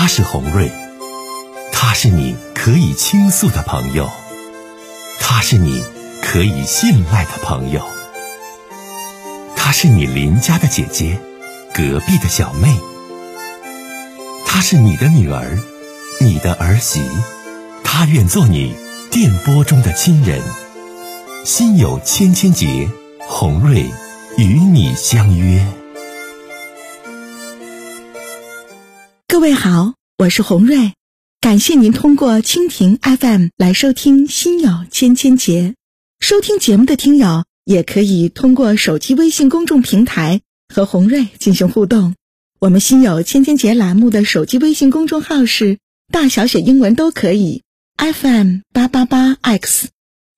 他是洪瑞，他是你可以倾诉的朋友，他是你可以信赖的朋友，他是你邻家的姐姐，隔壁的小妹，他是你的女儿，你的儿媳，他愿做你电波中的亲人。心有千千结，洪瑞与你相约。 各位好，我是洪瑞，感谢您通过蜻蜓 FM 来收听心有千千结。收听节目的听友也可以通过手机微信公众平台和洪瑞进行互动。我们心有千千结栏目的手机微信公众号是大小写英文都可以 FM888X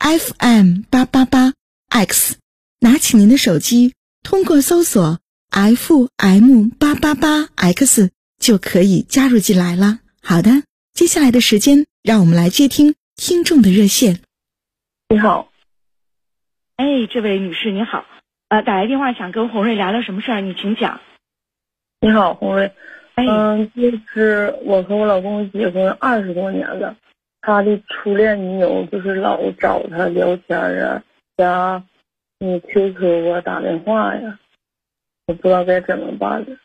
FM888X， 拿起您的手机，通过搜索 FM888X 就可以加入进来了。好的，接下来的时间让我们来接听听众的热线。 你好。 这位女士你好，打来电话想跟洪瑞聊聊什么事儿，你请讲。 你好，洪瑞。就是我和我老公结婚20多年了，他的初恋女友就是老找他聊天啊，加QQ 啊，打电话呀，我不知道该怎么办了。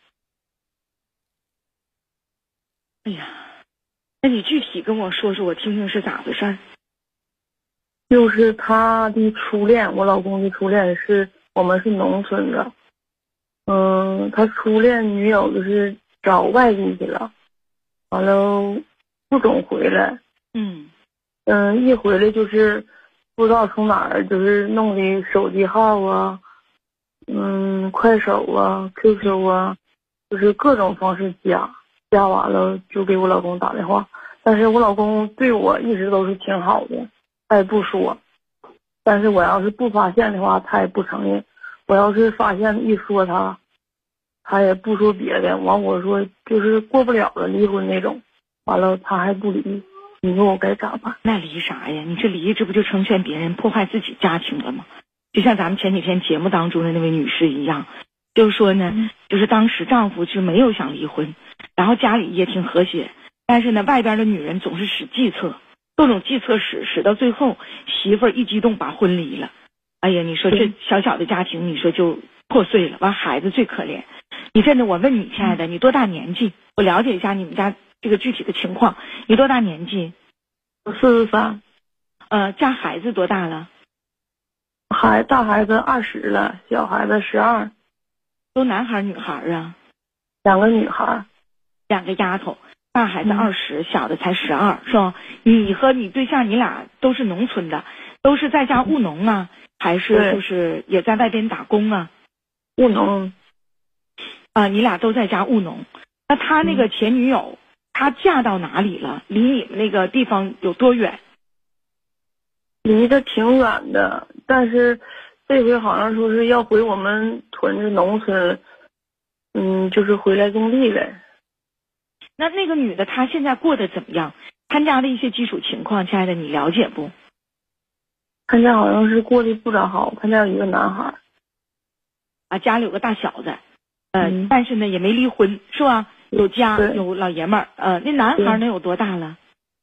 哎呀，那你具体跟我说说，我听听是咋回事儿？ 就是他的初恋，我老公的初恋我们是农村的，他初恋女友就是找外地去了，完了不总回来，一回来就是不知道从哪儿就是弄的手机号啊，快手啊 QQ 啊，就是各种方式加完了就给我老公打电话，但是我老公对我一直都是挺好的，他也不说，但是我要是不发现的话他也不承认，我要是发现一说他也不说别的，完我说就是过不了了离婚那种，完了他还不离，你说我该咋办？ 那离啥呀？你这离这不就成全别人破坏自己家庭了吗？就像咱们前几天节目当中的那位女士一样，就是说呢，就是当时丈夫是没有想离婚，然后家里也挺和谐，但是呢外边的女人总是使计策，各种计策使到最后媳妇儿一激动把婚离了。哎呀，你说这小小的家庭你说就破碎了，完孩子最可怜。你真的，我问你亲爱的，你多大年纪？我了解一下你们家这个具体的情况。你多大年纪？ 我43。 家孩子多大了？ 大孩子20了，小孩子12。 都男孩女孩啊 ？2个女孩 ，2个丫头，大孩子20，小的才12，是吧？你和你对象你俩都是农村的，都是在家务农啊，还是就是也在外边打工啊？ 务农。 你俩都在家务农。那他那个前女友，她嫁到哪里了？离你们那个地方有多远？ 离得挺远的，但是这回好像说是要回我们屯子农村，就是回来种地来。 那个女的她现在过得怎么样？她家的一些基础情况，亲爱的你了解不？ 她家好像是过得不咋好，她家有一个男孩。 家里有个大小子。但是呢也没离婚是吧？有家有老爷们儿。那男孩能有多大了？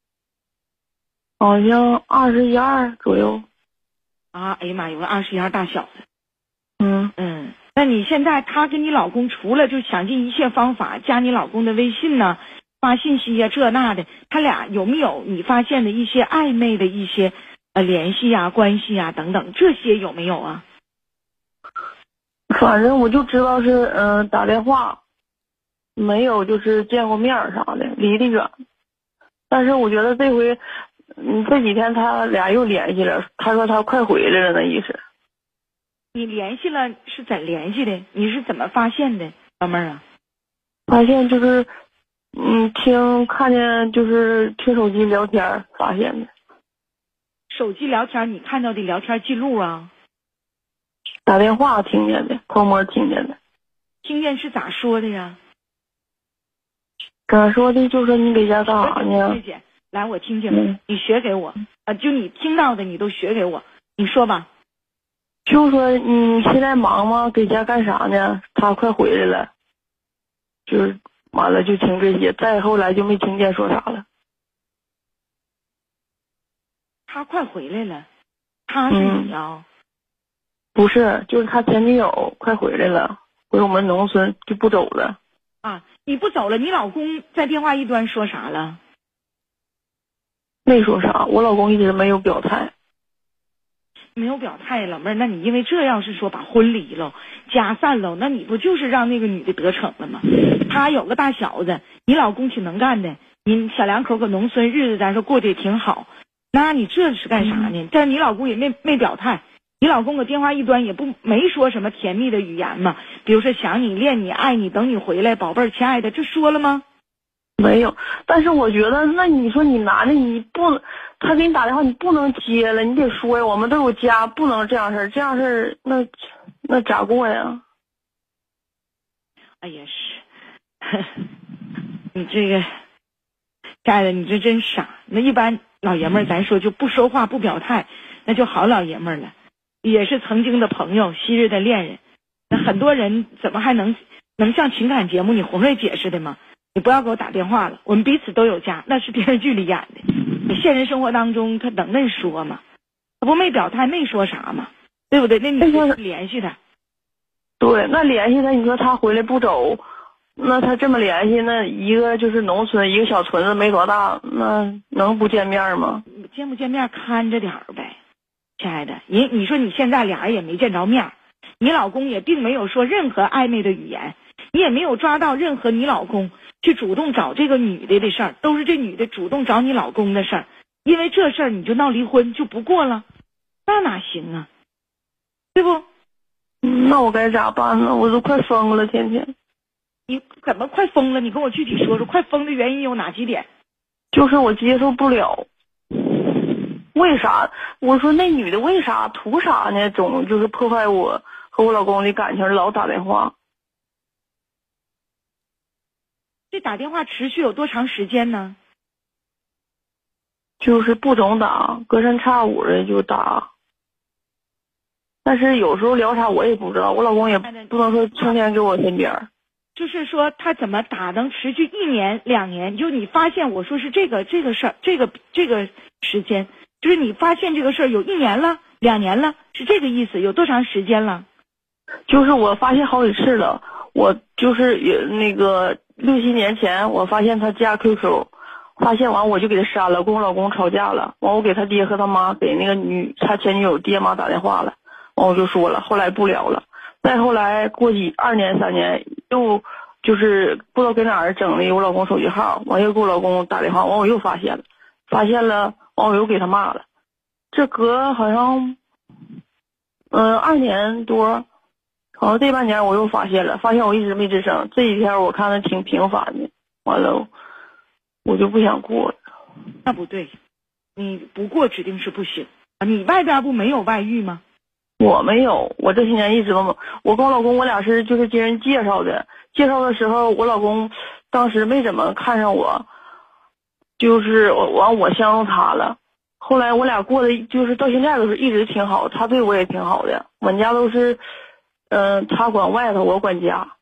好像21、22左右。 哎呀妈，有个21、22大小子。 那你现在他跟你老公除了就想尽一切方法加你老公的微信呢，发信息呀这那的，他俩有没有你发现的一些暧昧的一些联系啊关系啊等等，这些有没有啊？ 反正我就知道是打电话，没有就是见过面啥的，离得远。但是我觉得这回这几天他俩又联系了，他说他快回来了那意思。 你联系了是怎联系的？你是怎么发现的，老妹儿啊？ 发现就是看见就是听手机聊天发现的。 手机聊天你看到的聊天记录啊？ 打电话听见的，偷摸听见的。 听见是咋说的呀？ 咋说的？就说你搁家干啥呢？ 谢谢，来我听听，你学给我就你听到的你都学给我，你说吧。 就说你现在忙吗？搁家干啥呢？他快回来了，就是完了就听这些，再后来就没听见说啥了。 他快回来了，他是你啊？ 不是，就是他前女友快回来了，回我们农村就不走了。 啊，你不走了，你老公在电话一端说啥了？ 没说啥，我老公一直没有表态。 没有表态，老妹儿，那你因为这要是说把婚离了，家散了，那你不就是让那个女的得逞了吗？她有个大小子，你老公挺能干的，你小两口搁农村日子咱说过得也挺好，那你这是干啥呢？但是你老公也没表态，你老公搁电话一端也没说什么甜蜜的语言嘛，比如说想你、恋你、爱你、等你回来，宝贝儿、亲爱的，这说了吗？ 没有，但是我觉得，那你说你男的，你不，他给你打电话，你不能接了，你得说呀，我们都有家，不能这样事儿，这样事儿那咋过呀？ 哎呀是，你这个，亲爱的，你这真傻。那一般老爷们儿，咱说就不说话不表态，那就好老爷们儿了，也是曾经的朋友，昔日的恋人。那很多人怎么还能像情感节目你红瑞解释的吗？你不要给我打电话了，我们彼此都有家，那是电视剧里演的。你现实生活当中他能那说吗？他不没表态，没说啥吗？对不对？那你联系他。 对，那联系他，你说他回来不走，那他这么联系，那一个就是农村，一个小村子没多大，那能不见面吗？ 见不见面看着点儿呗，亲爱的。你说你现在俩人也没见着面，你老公也并没有说任何暧昧的语言，你也没有抓到任何你老公去主动找这个女的事儿，都是这女的主动找你老公的事儿。因为这事儿你就闹离婚就不过了，那哪行啊？对不？ 那我该咋办呢？我都快疯了，天天。 你怎么快疯了？你跟我具体说说，快疯的原因有哪几点？ 就是我接受不了。为啥？我说那女的为啥图啥呢？总就是破坏我和我老公的感情，老打电话。 这打电话持续有多长时间呢？ 就是不总打，隔三差五的就打。但是有时候聊啥我也不知道，我老公也不能说成天给我身边。 就是说他怎么打能持续1年2年？就你发现我说是这个事儿，这个时间，就是你发现这个事儿有1年了、2年了，是这个意思？有多长时间了？ 就是我发现好几次了，我就是也那个6、7年前，我发现他加 QQ， 发现完我就给他删了，跟我老公吵架了，完我给他爹和他妈给那个他前女友爹妈打电话了，完我就说了，后来不聊了。再后来过2年3年，又就是不知道跟哪儿整的我老公手机号，完又给我老公打电话，完我又发现了，完我又给他骂了。这隔好像2年多，好像这半年我又发现我一直没吱声。这几天我看他挺频繁的，完了我就不想过了。 那不对，你不过指定是不行。你外边不没有外遇吗？ 我没有，我这些年一直都没有。我跟我老公我俩是就是经人介绍的，介绍的时候我老公当时没怎么看上我，就是我相中他了。后来我俩过的就是到现在都是一直挺好，他对我也挺好的。我们家都是他管外头，我管家，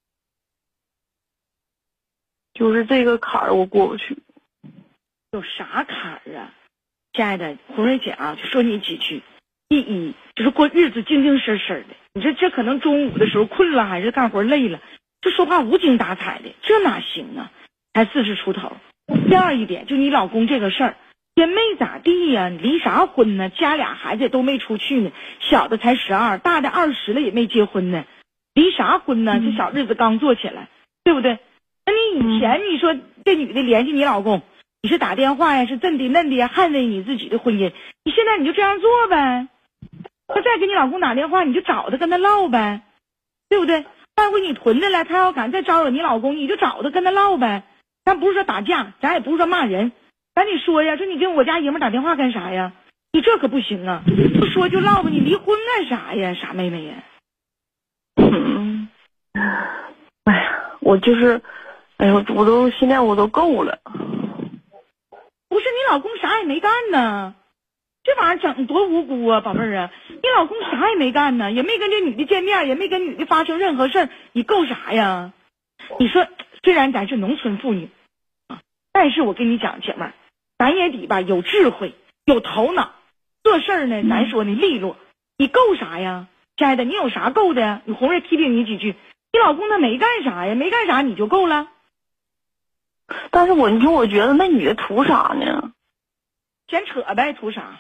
就是这个坎儿我过不去。 有啥坎儿啊？亲爱的红瑞姐啊，就说你几句。第一就是过日子精精神神的，你说这可能中午的时候困了还是干活累了，这说话无精打采的，这哪行啊？才40出头。第二一点就你老公这个事儿也没咋地呀，你离啥婚呢？家俩孩子也都没出去呢，小的才12，大的20了也没结婚呢，离啥婚呢？这小日子刚做起来，对不对？那你以前你说这女的联系你老公，你是打电话呀，是真的嫩的呀，捍卫你自己的婚姻，你现在你就这样做呗。他再给你老公打电话，你就找他跟他唠呗，对不对？下回你囤的了，他要敢再招惹你老公，你就找他跟他唠呗。咱不是说打架，咱也不是说骂人，赶紧说呀，说你跟我家爷们打电话干啥呀？你这可不行啊，不说就唠吧，你离婚干啥呀，傻妹妹呀？ 哎呀，我就是，哎呦，现在我都够了。 不是你老公啥也没干呢。这玩意儿整多无辜啊，宝贝儿啊！你老公啥也没干呢，也没跟这女的见面，也没跟女的发生任何事儿，你够啥呀？你说虽然咱是农村妇女啊，但是我跟你讲，姐妹儿，咱也得吧有智慧，有头脑，做事儿呢，咱说呢利落。你够啥呀，亲爱的？你有啥够的呀？你红瑞批评你几句，你老公他没干啥呀，没干啥你就够了。 但是你说我觉得那女的图啥呢？ 闲扯呗，图啥？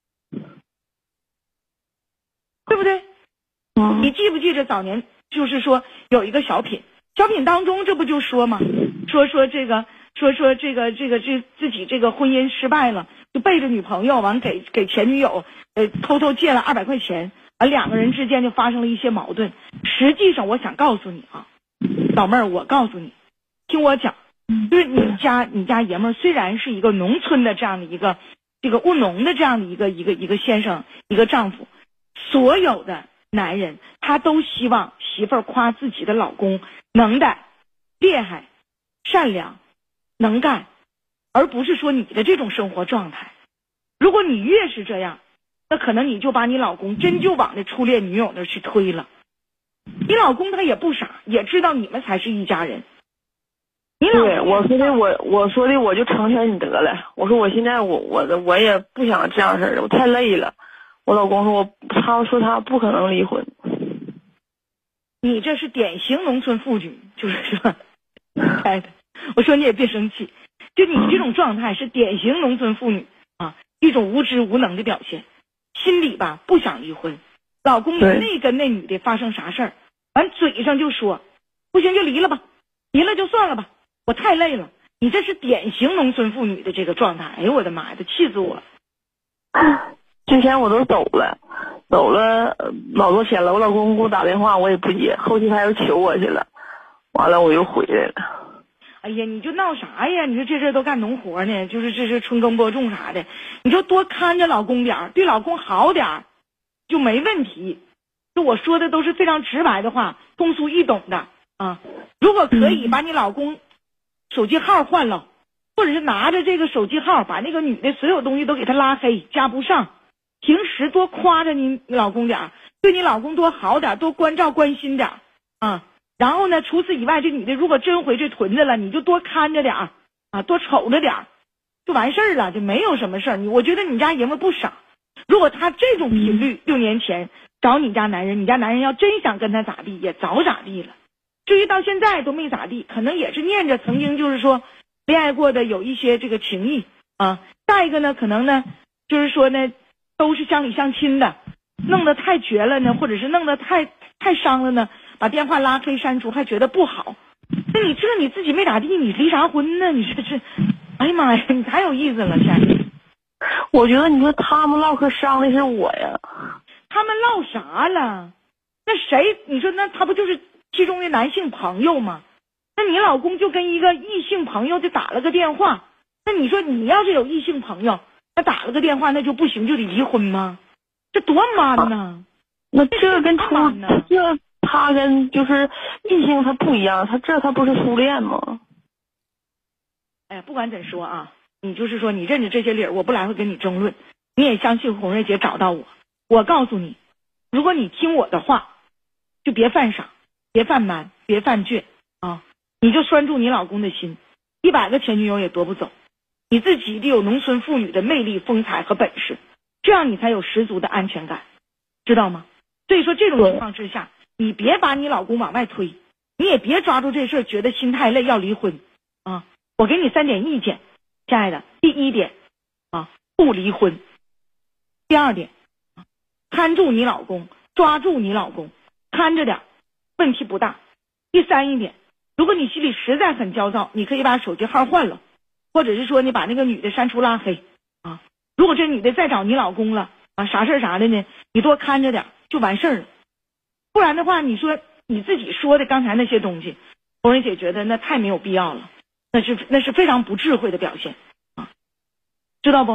对不对？你记不记着早年就是说有一个小品当中这不就说吗？说这个自己这个婚姻失败了，就背着女朋友完给前女友偷偷借了200块钱，完2个人之间就发生了一些矛盾。实际上我想告诉你啊，老妹儿，我告诉你，听我讲，就是你家爷们儿虽然是一个农村的这样的一个这个务农的这样的一个先生一个丈夫，所有的男人他都希望媳妇儿夸自己的老公能耐、厉害、善良、能干，而不是说你的这种生活状态。如果你越是这样，那可能你就把你老公真就往那初恋女友那去推了。你老公他也不傻，也知道你们才是一家人。 对，我说的我就成全你得了。我说我现在我也不想这样式儿的，我太累了。我老公说他说他不可能离婚。 你这是典型农村妇女，就是说，亲爱的，我说你也别生气，就你这种状态是典型农村妇女啊，一种无知无能的表现，心里吧不想离婚，老公没跟那女的发生啥事儿，完嘴上就说不行就离了吧，离了就算了吧，我太累了。你这是典型农村妇女的这个状态。哎呦我的妈呀，都气死我了。 之前我都走了老多天了，我老公给我打电话我也不接，后期他又求我去了，完了我又回来了。 哎呀，你就闹啥呀？你说这都干农活呢，就是这是春耕播种啥的，你就多看着老公点儿，对老公好点儿，就没问题。就我说的都是非常直白的话，通俗易懂的啊。如果可以把你老公手机号换了，或者是拿着这个手机号把那个女的所有东西都给她拉黑，加不上。平时多夸着你老公点儿，对你老公多好点儿，多关照关心点儿啊。然后呢，除此以外，这女的如果真回这屯子了，你就多看着点儿啊，多瞅着点儿，就完事儿了，就没有什么事儿。我觉得你家爷们不傻，如果他这种频率6年前找你家男人，你家男人要真想跟他咋地，也早咋地了。至于到现在都没咋地，可能也是念着曾经就是说恋爱过的有一些这个情谊啊。再一个呢，可能呢就是说呢都是乡里乡亲的，弄得太绝了呢，或者是弄得太伤了呢，把电话拉黑删除，还觉得不好。那你自己没咋地，你离啥婚呢？你这是，哎呀妈呀，你太有意思了，亲爱的。 我觉得你说他们唠嗑伤的是我呀。 他们唠啥了？那谁？你说那他不就是其中的男性朋友吗？那你老公就跟一个异性朋友就打了个电话，那你说你要是有异性朋友，那打了个电话那就不行，就得离婚吗？这多man呢？ 那这跟他跟就是异性他不一样，他不是初恋吗？ 哎呀，不管怎说啊，你就是说你认着这些理儿，我不来回跟你争论，你也相信红瑞姐找到我。我告诉你，如果你听我的话，就别犯傻，别犯蛮，别犯倔啊！你就拴住你老公的心，100个前女友也夺不走。你自己得有农村妇女的魅力、风采和本事，这样你才有十足的安全感，知道吗？所以说这种情况之下，你别把你老公往外推，你也别抓住这事儿觉得心太累要离婚啊！我给你3点意见，亲爱的。第1点啊，不离婚。第2点，看住你老公，抓住你老公，看着点，问题不大。第3点，如果你心里实在很焦躁，你可以把手机号换了，或者是说你把那个女的删除拉黑啊。如果这女的再找你老公了啊，啥事啥的呢，你多看着点就完事儿了。不然的话，你说你自己说的刚才那些东西，红人姐觉得那太没有必要了，那是非常不智慧的表现啊，知道不？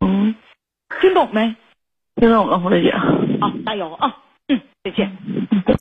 听懂没？ 听懂了，红人姐。 好，加油啊！再见。